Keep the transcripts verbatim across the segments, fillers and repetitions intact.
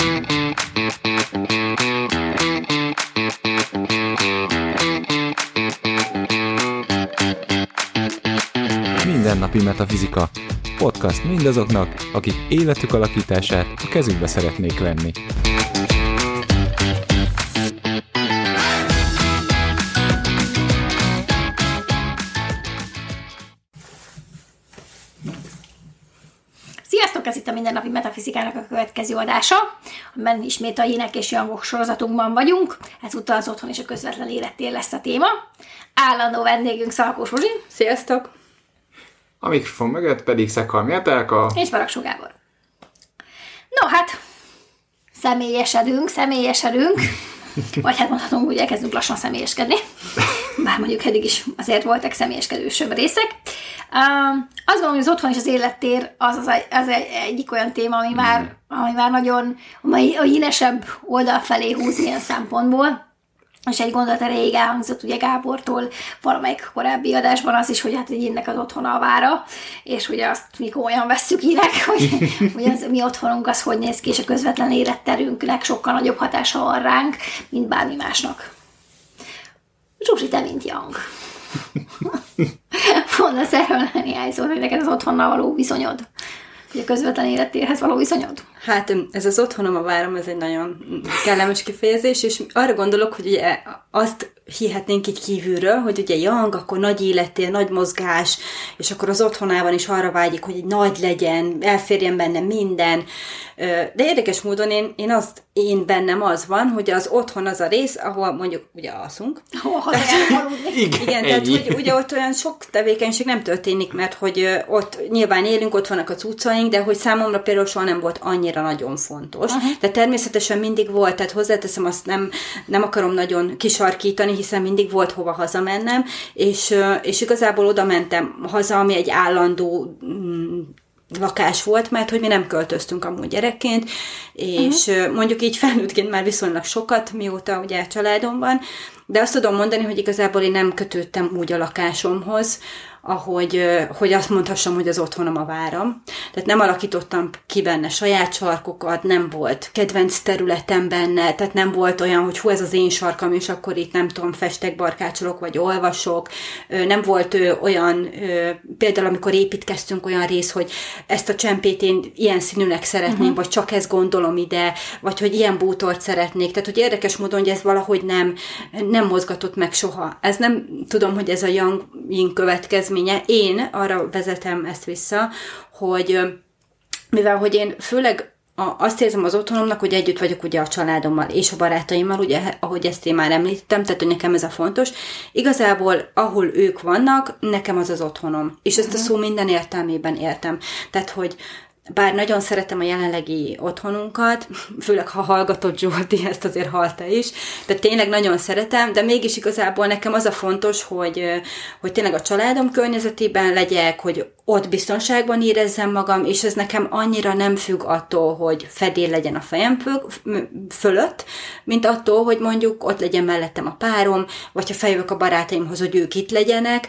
Mindennapi Metafizika. Podcast mindazoknak, akik életük alakítását a kezükbe szeretnék venni. Sziasztok! Ez itt a Mindennapi Metafizikának a következő adása, amiben ismét a Yínek és Yangok sorozatunkban vagyunk. Ezúttal az otthon és a közvetlen élettér lesz a téma. Állandó vendégünk Szalkós Ruzsi. Sziasztok! A mikrofon mögött pedig Szekalmi Etelka. És Baraksó Gábor. No hát, személyesedünk, személyesedünk. Vagy hát mondhatunk, hogy elkezdünk lassan személyeskedni. Bár mondjuk eddig is azért voltak személyeskedősebb részek. Um, azt gondolom, hogy az otthon és az élettér az, az, az egy, egyik olyan téma, ami már, ami már nagyon a hínesebb oldal felé húz ilyen szempontból. És egy gondolat erejéig elhangzott ugye Gábortól valamelyik korábbi adásban az is, hogy hát egy Yinnek az otthona a vára, és ugye azt mi komolyan vesszük Yinnek, hogy, hogy az mi otthonunk az hogy néz ki, és a közvetlen életterünknek sokkal nagyobb hatása van ránk, mint bármi másnak. Zsuzsi, te mint Yang. Mondasz erről néhány szót, hogy neked az otthonnal való viszonyod? Hogy a közvetlen élettérhez való viszonyod? Hát ez az otthonom a várom, ez egy nagyon kellemes kifejezés, és arra gondolok, hogy ugye azt hihetnénk így kívülről, hogy ugye Yang, akkor nagy élettér, nagy mozgás, és akkor az otthonában is arra vágyik, hogy egy nagy legyen, elférjen benne minden. De érdekes módon én, én azt, én bennem az van, hogy az otthon az a rész, ahol mondjuk ugye alszunk. Oh, igen, igen tehát hogy ugye ott olyan sok tevékenység nem történik, mert hogy ott nyilván élünk, ott vannak a cuccaink, de hogy számomra például soha nem volt annyira nagyon fontos. Uh-huh. De természetesen mindig volt, tehát hozzáteszem, azt nem, nem akarom nagyon kisarkítani, hiszen mindig volt hova hazamennem, és, és igazából oda mentem haza, ami egy állandó mm, lakás volt, mert hogy mi nem költöztünk amúgy gyerekként, és uh-huh. mondjuk így felnőttként már viszonylag sokat, mióta ugye családomban, de azt tudom mondani, hogy igazából én nem kötődtem úgy a lakásomhoz, ahogy hogy azt mondhassam, hogy az otthonom a váram. Tehát nem alakítottam ki benne saját sarkokat, nem volt kedvenc területem benne, tehát nem volt olyan, hogy hú, ez az én sarkam, és akkor itt nem tudom, festek, barkácsolok, vagy olvasok. Nem volt olyan, például amikor építkeztünk olyan rész, hogy ezt a csempét én ilyen színűnek szeretném, uh-huh. vagy csak ezt gondolom ide, vagy hogy ilyen bútort szeretnék. Tehát, hogy érdekes módon, hogy ez valahogy nem, nem mozgatott meg soha. Ez nem tudom, hogy ez a Yang Yin következmény. Én arra vezetem ezt vissza, hogy mivel hogy én főleg azt érzem az otthonomnak, hogy együtt vagyok ugye a családommal és a barátaimmal, ugye, ahogy ezt én már említettem, tehát hogy nekem ez a fontos. Igazából, ahol ők vannak, nekem az az otthonom. És ezt a szó minden értelmében értem. Tehát, hogy bár nagyon szeretem a jelenlegi otthonunkat, főleg ha hallgatod Zsolti, ezt azért hallta is, de tényleg nagyon szeretem, de mégis igazából nekem az a fontos, hogy, hogy tényleg a családom környezetében legyek, hogy ott biztonságban érezzem magam, és ez nekem annyira nem függ attól, hogy fedél legyen a fejem fölött, mint attól, hogy mondjuk ott legyen mellettem a párom, vagy ha feljövök a barátaimhoz, hogy ők itt legyenek,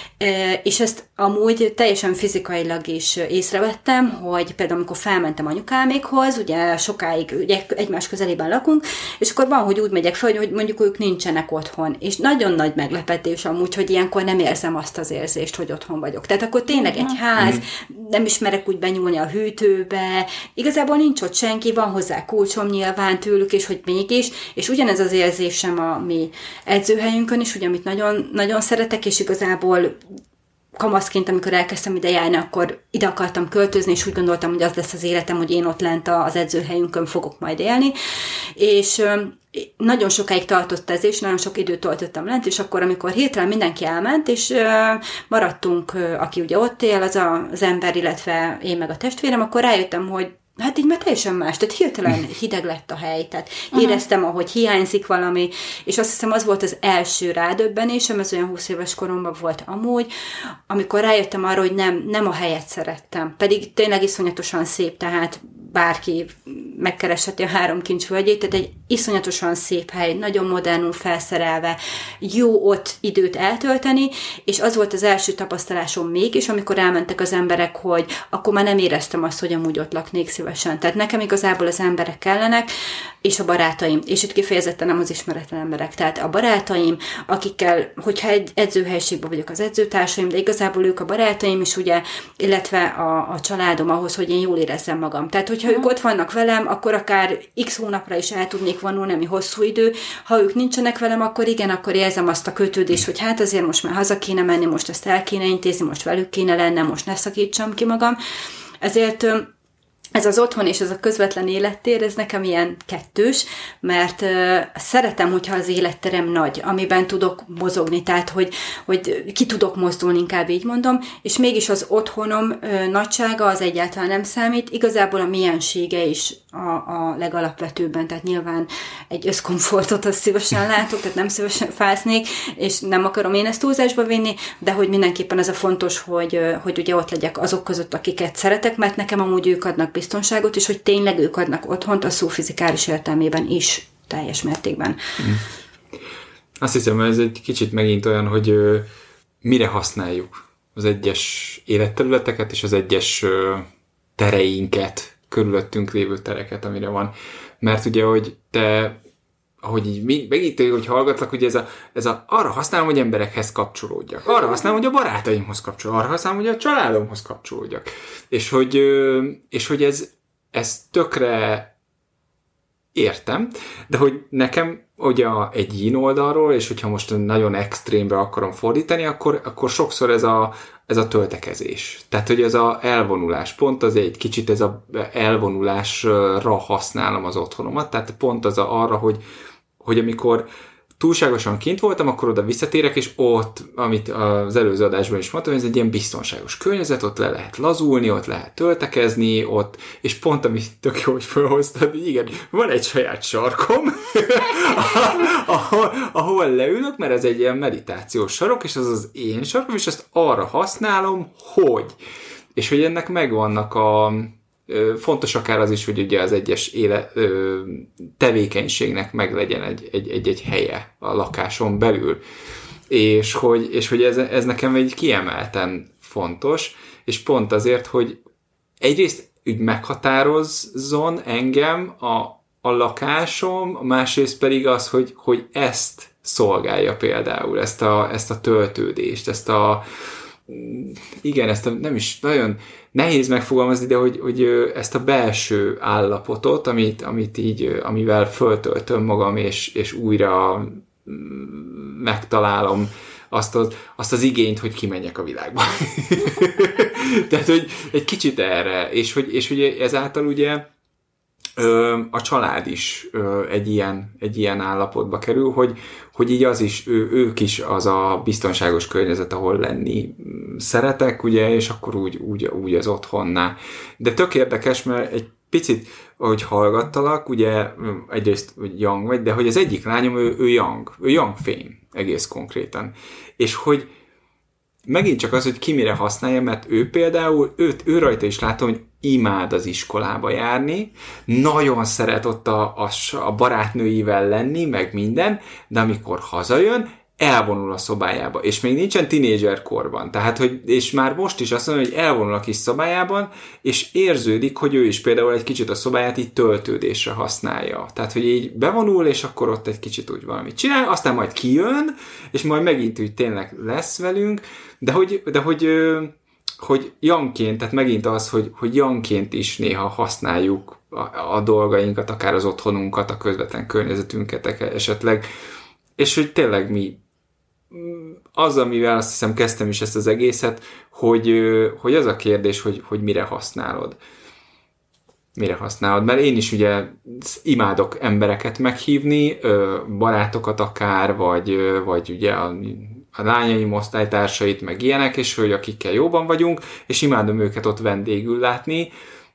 és ezt amúgy teljesen fizikailag is észrevettem, hogy például amikor felmentem anyukámékhoz, ugye sokáig ugye egymás közelében lakunk, és akkor van, hogy úgy megyek fel, hogy mondjuk ők nincsenek otthon, és nagyon nagy meglepetés amúgy, hogy ilyenkor nem érzem azt az érzést, hogy otthon vagyok. Tehát akkor tényleg egy ház, nem is merek úgy benyúlni a hűtőbe, igazából nincs ott senki, van hozzá kulcsom nyilván tőlük, és hogy mégis, és ugyanez az érzésem a mi edzőhelyünkön is, ugye, amit nagyon, nagyon szeretek, és igazából kamaszként, amikor elkezdtem ide járni, akkor ide akartam költözni, és úgy gondoltam, hogy az lesz az életem, hogy én ott lent az edzőhelyünkön fogok majd élni, és nagyon sokáig tartott ez, és nagyon sok időt töltöttem lent, és akkor, amikor hirtelen mindenki elment, és maradtunk, aki ugye ott él, az a, az ember, illetve én meg a testvérem, akkor rájöttem, hogy hát így már teljesen más, tehát hirtelen hideg lett a hely, tehát éreztem, ahogy hiányzik valami, és azt hiszem, az volt az első rádöbbenésem, ez olyan húsz éves koromban volt amúgy, amikor rájöttem arra, hogy nem, nem a helyet szerettem, pedig tényleg iszonyatosan szép, tehát bárki megkeresheti a Három Kincs völgyét, tehát egy iszonyatosan szép hely, nagyon modernul felszerelve, jó ott időt eltölteni, és az volt az első tapasztalásom mégis, amikor elmentek az emberek, hogy akkor már nem éreztem azt, hogy amúgy ott laknék szívesen. Tehát nekem igazából az emberek kellenek, és a barátaim, és itt kifejezetten nem az ismeretlen emberek, tehát a barátaim, akikkel, hogyha egy edzőhelyiségben vagyok, az edzőtársaim, de igazából ők a barátaim is, ugye, illetve a, a családom ahhoz, hogy én jól érezzem magam. Tehát, hogyha uh-huh. ők ott vannak velem, akkor akár x hónapra is el tudnék vonulni, ami hosszú idő. Ha ők nincsenek velem, akkor igen, akkor érzem azt a kötődést, hogy hát azért most már haza kéne menni, most ezt el kéne intézni, most velük kéne lennem, most ne szakítsam ki magam. Ezért ez az otthon és ez a közvetlen élettér, ez nekem ilyen kettős, mert uh, szeretem, hogyha az életterem nagy, amiben tudok mozogni, tehát, hogy, hogy ki tudok mozdulni, inkább így mondom, és mégis az otthonom uh, nagysága az egyáltalán nem számít, igazából a miensége is a, a legalapvetőbben, tehát nyilván egy összkomfortot azt szívesen látok, tehát nem szívesen fáznék, és nem akarom én ezt túlzásba vinni, de hogy mindenképpen ez a fontos, hogy, hogy ugye ott legyek azok között, akiket szeretek, mert nekem amúgy ők adnak biztonságot, és hogy tényleg ők adnak otthont a szó fizikális értelmében is, teljes mértékben. Azt hiszem, ez egy kicsit megint olyan, hogy ö, mire használjuk az egyes életterületeket és az egyes ö, tereinket, körülöttünk lévő tereket, amire van. Mert ugye, hogy te, ahogy így megint, hogy hallgatlak, hogy ez a, ez a, arra használom, hogy emberekhez kapcsolódjak. Arra használom, hogy a barátaimhoz kapcsolódjak. Arra használom, hogy a családomhoz kapcsolódjak. És hogy, és hogy ez, ez tökre értem, de hogy nekem ugye egy yin oldalról, és hogyha most nagyon extrémbe akarom fordítani, akkor, akkor sokszor ez a, ez a töltekezés. Tehát, hogy ez a elvonulás, pont az egy kicsit ez a elvonulásra használom az otthonomat, tehát pont az a, arra, hogy, hogy amikor túlságosan kint voltam, akkor oda visszatérek, és ott, amit az előző adásban is mondtam, ez egy ilyen biztonságos környezet, ott le lehet lazulni, ott lehet töltekezni, ott, és pont amit tök jó, hogy felhoztad, igen, van egy saját sarkom, ahol, ahol leülök, mert ez egy ilyen meditációs sarok, és az az én sarkom, és ezt arra használom, hogy. És hogy ennek megvannak a fontos akár az is, hogy ugye az egyes éle, tevékenységnek meg legyen egy, egy, egy, egy helye a lakáson belül. És hogy, és hogy ez, ez nekem egy kiemelten fontos, és pont azért, hogy egyrészt úgy meghatározzon engem a, a lakásom, másrészt pedig az, hogy, hogy ezt szolgálja például, ezt a, ezt a töltődést, ezt a igen, ezt a, nem is nagyon nehéz megfogalmazni, de hogy, hogy ezt a belső állapotot, amit, amit így, amivel föltöltöm magam, és, és újra megtalálom azt az, azt az igényt, hogy kimenjek a világba. Tehát, hogy egy kicsit erre, és hogy, és hogy ezáltal ugye a család is egy ilyen, egy ilyen állapotba kerül, hogy, hogy így az is, ő, ők is az a biztonságos környezet, ahol lenni szeretek, ugye, és akkor úgy, úgy, úgy az otthonná. De tök érdekes, mert egy picit, ahogy hallgattalak, ugye egyrészt yang vagy, de hogy az egyik lányom, ő, ő yang, ő yang fény, egész konkrétan. És hogy megint csak az, hogy ki mire használja, mert ő például, őt, ő rajta is látom, hogy imád az iskolába járni, nagyon szeret ott a, a, a barátnőivel lenni, meg minden, de amikor hazajön, elvonul a szobájába, és még nincsen tinédzser korban, tehát, hogy, és már most is azt mondja, hogy elvonul a kis szobájában, és érződik, hogy ő is például egy kicsit a szobáját így töltődésre használja. Tehát, hogy így bevonul, és akkor ott egy kicsit úgy valamit csinál, aztán majd kijön, és majd megint úgy tényleg lesz velünk, de hogy, de hogy, hogy yangként, tehát megint az, hogy, hogy yangként is néha használjuk a, a dolgainkat, akár az otthonunkat, a közvetlen környezetünket esetleg, és hogy tényleg mi az, amivel azt hiszem kezdtem is ezt az egészet, hogy, hogy az a kérdés, hogy, hogy mire használod. Mire használod? Mert én is ugye imádok embereket meghívni, barátokat akár, vagy, vagy ugye a, a lányaim osztálytársait, meg ilyenek, és hogy akikkel jóban vagyunk, és imádom őket ott vendégül látni,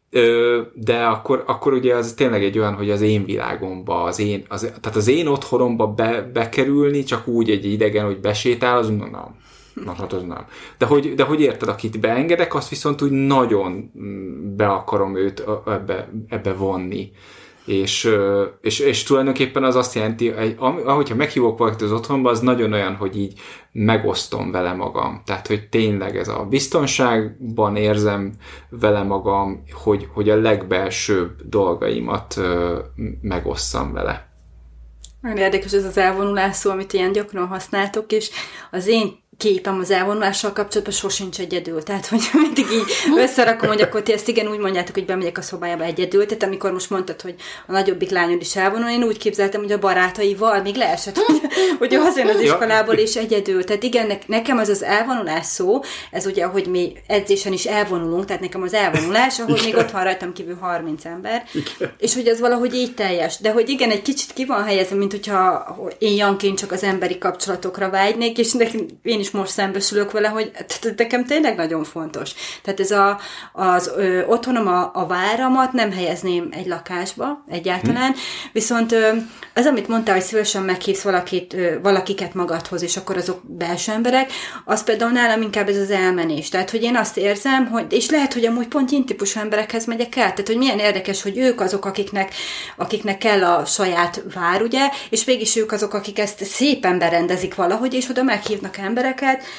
de akkor, akkor ugye az tényleg egy olyan, hogy az én világomba, az én, az, tehát az én otthonomba be, bekerülni, csak úgy egy idegen, hogy besétál, az na, Na, hát az nem. De hogy, de hogy érted, akit beengedek, azt viszont úgy nagyon be akarom őt ebbe, ebbe vonni. És, és, és tulajdonképpen az azt jelenti, ahogyha meghívok valakit az otthonba, az nagyon olyan, hogy így megosztom vele magam. Tehát, hogy tényleg ez a biztonságban érzem vele magam, hogy, hogy a legbelsőbb dolgaimat megosszam vele. Nagyon érdekes ez az elvonulás szó, amit ilyen gyakran használtok, és az én képem az elvonulással kapcsolatban sosincs egyedül. Tehát, hogy mindig így összerakom, hogy akkor ti ezt igen úgy mondjátok, hogy bemegyek a szobájába egyedül. Tehát amikor most mondtad, hogy a nagyobbik lányod is elvonul, én úgy képzeltem, hogy a barátaival még leesett, hogy, hogy az jön az iskolából és egyedül. Tehát igen, nekem az az elvonulás szó, ez ugye, ahogy mi edzésen is elvonulunk, tehát nekem az elvonulás, ahol még ott van rajtam kívül harminc ember, igen. És hogy az valahogy így teljes. De hogy igen, egy kicsit ki van helyezve, mint hogyha én Janként csak az emberi kapcsolatokra vágynék, és nekem, én is most szembesülök vele, hogy nekem tényleg nagyon fontos. Tehát ez a, az ö, otthonom, a, a váramat nem helyezném egy lakásba egyáltalán, hm. viszont ö, az, amit mondtál, hogy szívesen meghívsz valakit, ö, valakiket magadhoz, és akkor azok belső emberek, az például nálam inkább ez az elmenés. Tehát, hogy én azt érzem, hogy, és lehet, hogy amúgy pont ilyen típusú emberekhez megyek el, tehát, hogy milyen érdekes, hogy ők azok, akiknek, akiknek kell a saját vár, ugye, és végig ők azok, akik ezt szépen berendezik valahogy, és oda meghívnak embereket.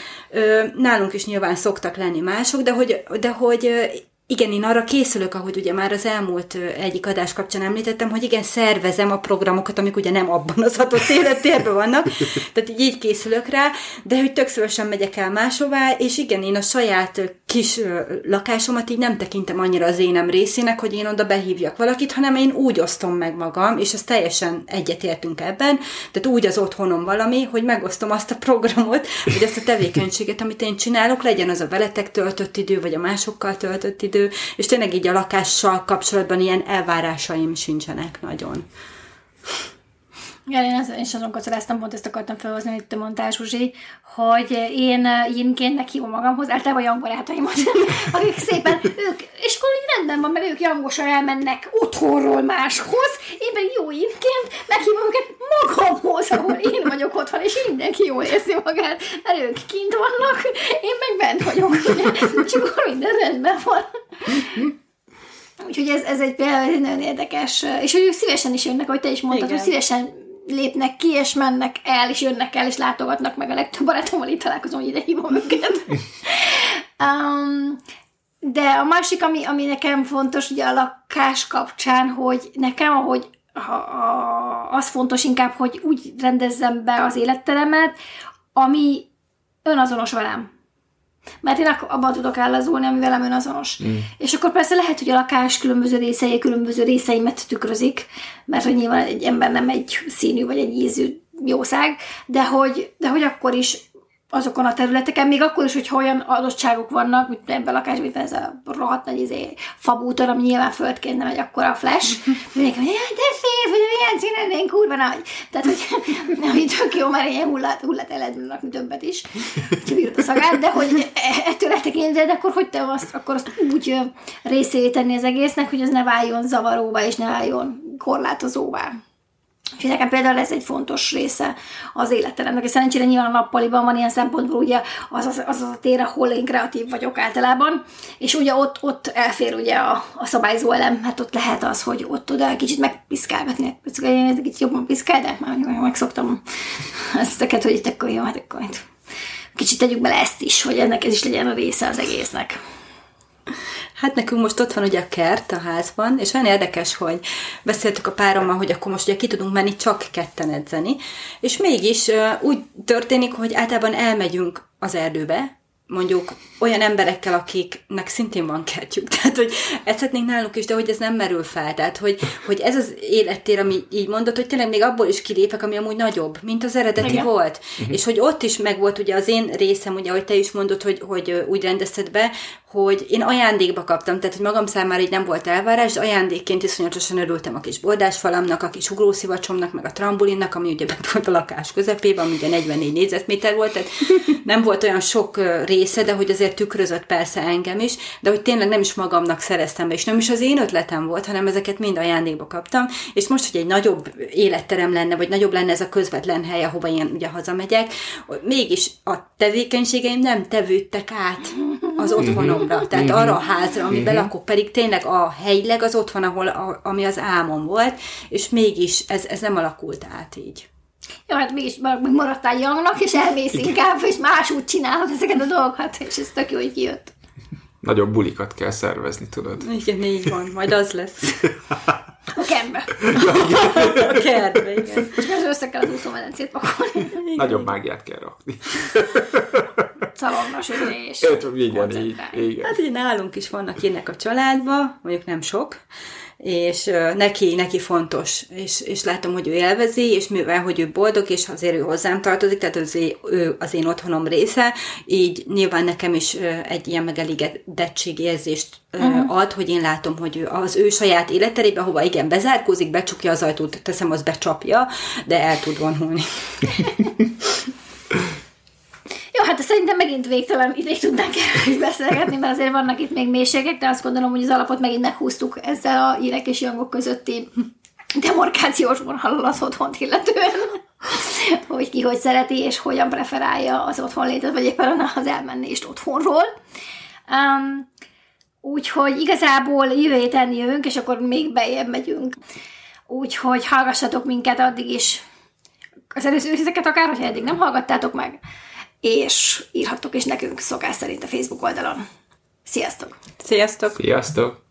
Nálunk is nyilván szoktak lenni mások, de hogy, de hogy igen, én arra készülök, ahogy ugye már az elmúlt egyik adás kapcsán említettem, hogy igen, szervezem a programokat, amik ugye nem abban az adott élettérben vannak, tehát így, így készülök rá, de hogy tök szívesen megyek el máshová, és igen, én a saját kis lakásomat így nem tekintem annyira az énem részének, hogy én oda behívjak valakit, hanem én úgy osztom meg magam, és ezt teljesen egyetértünk ebben, tehát úgy az otthonom valami, hogy megosztom azt a programot, vagy azt a tevékenységet, amit én csinálok, legyen az a veletek töltött idő, vagy a másokkal töltött idő, és tényleg így a lakással kapcsolatban ilyen elvárásaim sincsenek nagyon. Igen, én, az, én is azon kocoráztam, pont ezt akartam felhozni, amit te mondtál, Zsuzsi, hogy én énként meghívom magamhoz, általában young barátaimat, akik szépen, ők, és akkor így rendben van, mert ők jangosan elmennek otthonról máshoz, én pedig jó énként meghívom őket magamhoz, ahol én vagyok otthon, és mindenki jól érzi magát, mert ők kint vannak, én meg bent vagyok, és akkor minden rendben van. Úgyhogy ez, ez egy például egy nagyon érdekes, és hogy ők szívesen is jönnek, ahogy te is mondtad, igen. Hogy szívesen lépnek ki, és mennek el, és jönnek el, és látogatnak meg a legtöbb barátommal, itt találkozom, hogy ide hívom őket. um, de a másik, ami, ami nekem fontos, ugye a lakás kapcsán, hogy nekem, ahogy ha, a, az fontos inkább, hogy úgy rendezzem be az életteremet, ami önazonos velem. Mert én abban tudok állazulni, ami velem önazonos. Mm. És akkor persze lehet, hogy a lakás különböző részei, különböző részeimet tükrözik, mert hogy nyilván egy ember nem egy színű vagy egy ízű jószág, de hogy, de hogy akkor is azokon a területeken, még akkor is, hogyha olyan adottságok vannak, mint ebben a lakás, mint ez a rohadt nagy izé, fabútor, ami nyilván földként nem egy akkora flash, mindenki mondja, de fél, hogy milyen csinálnénk, kurva nagy. Tehát, hogy, hogy tök jó, már ilyen hullát, hullát el lehet lakni többet is, hogy bírod a szagát, de hogy ettől eltekintve, de akkor hogy te azt, akkor azt úgy részévé tenni az egésznek, hogy az ne váljon zavaróvá, és ne váljon korlátozóvá. Úgyhogy nekem például ez egy fontos része az életteremnek, és szerencsére nyilván a nappaliban van ilyen szempontból ugye az az, az, az a tér, ahol én kreatív vagyok általában, és ugye ott, ott elfér ugye a, a szabályzó elem, hát ott lehet az, hogy ott oda kicsit megpiszkálgatni, egy kicsit jobban piszkál, de már megszoktam ezteket, hogy itt akkor jó, hát akkor kicsit tegyük bele ezt is, hogy ennek ez is legyen a része az egésznek. Hát nekünk most ott van ugye a kert a házban, és olyan érdekes, hogy beszéltük a párommal, hogy akkor most ugye ki tudunk menni csak ketten edzeni, és mégis uh, úgy történik, hogy általában elmegyünk az erdőbe, mondjuk olyan emberekkel, akiknek szintén van kertjük. Tehát, hogy edzhetnénk náluk is, de hogy ez nem merül fel. Tehát, hogy, hogy ez az élettér, ami így mondott, hogy tényleg még abból is kilépek, ami amúgy nagyobb, mint az eredeti igen. volt. Uh-huh. És hogy ott is megvolt ugye az én részem, ugye, ahogy te is mondod, hogy, hogy úgy rendezted be, hogy én ajándékba kaptam, tehát, hogy magam számára így nem volt elvárás, de ajándékként iszonyatosan örültem a kis bordásfalamnak, a kis ugrószivacsomnak, meg a trambulinnak, ami ugye bent volt a lakás közepében, ami ugye negyvennégy négyzetméter volt, tehát nem volt olyan sok rész része, de hogy azért tükrözött persze engem is, de hogy tényleg nem is magamnak szereztem be, és nem is az én ötletem volt, hanem ezeket mind ajándékba kaptam, és most, hogy egy nagyobb életterem lenne, vagy nagyobb lenne ez a közvetlen hely, ahova én ugye hazamegyek, mégis a tevékenységeim nem tevődtek át az otthonomra, tehát arra a házra, amiben lakok, pedig tényleg a helyileg az otthon, ahol a, ami az álmom volt, és mégis ez, ez nem alakult át így. Jó, hát mégis maradtál youngnak, és elmész inkább, és más úgy csinálod ezeket a dolgokat, és ez tök jó, hogy kijött. Nagyobb bulikat kell szervezni, tudod. Igen, így van, majd az lesz. A kertbe. A kertbe, igen. És az össze kell az úszómedencét pakolni. Nagyobb mágiát kell rakni. Szalonnasütés. Igen, így, igen. Hát így nálunk is vannak ilyenek a családba, mondjuk nem sok, és uh, neki, neki fontos, és, és látom, hogy ő élvezi, és mivel, hogy ő boldog, és azért ő hozzám tartozik, tehát az én, ő az én otthonom része, így nyilván nekem is uh, egy ilyen megelégedettségérzést uh, uh-huh. ad, hogy én látom, hogy ő az ő saját életterébe, hova igen, bezárkózik, becsukja az ajtót, teszem, az becsapja, de el tud vonulni. Jó, hát szerintem megint végtelen ideig tudnánk erről is beszélgetni, mert azért vannak itt még mélységek, de azt gondolom, hogy az alapot megint meghúztuk ezzel a hírek és youngok közötti demarkációs vonalon az otthont illetően, hogy ki hogy szereti, és hogyan preferálja az otthonlétet, vagy éppen az elmenést otthonról. Um, úgyhogy igazából jövő héten jövünk, és akkor még bejebb megyünk. Úgyhogy hallgassatok minket addig is. Az előző részeket akár, hogyha eddig nem hallgattátok meg, és írhattok is nekünk szokás szerint a Facebook oldalon. Sziasztok! Sziasztok! Sziasztok!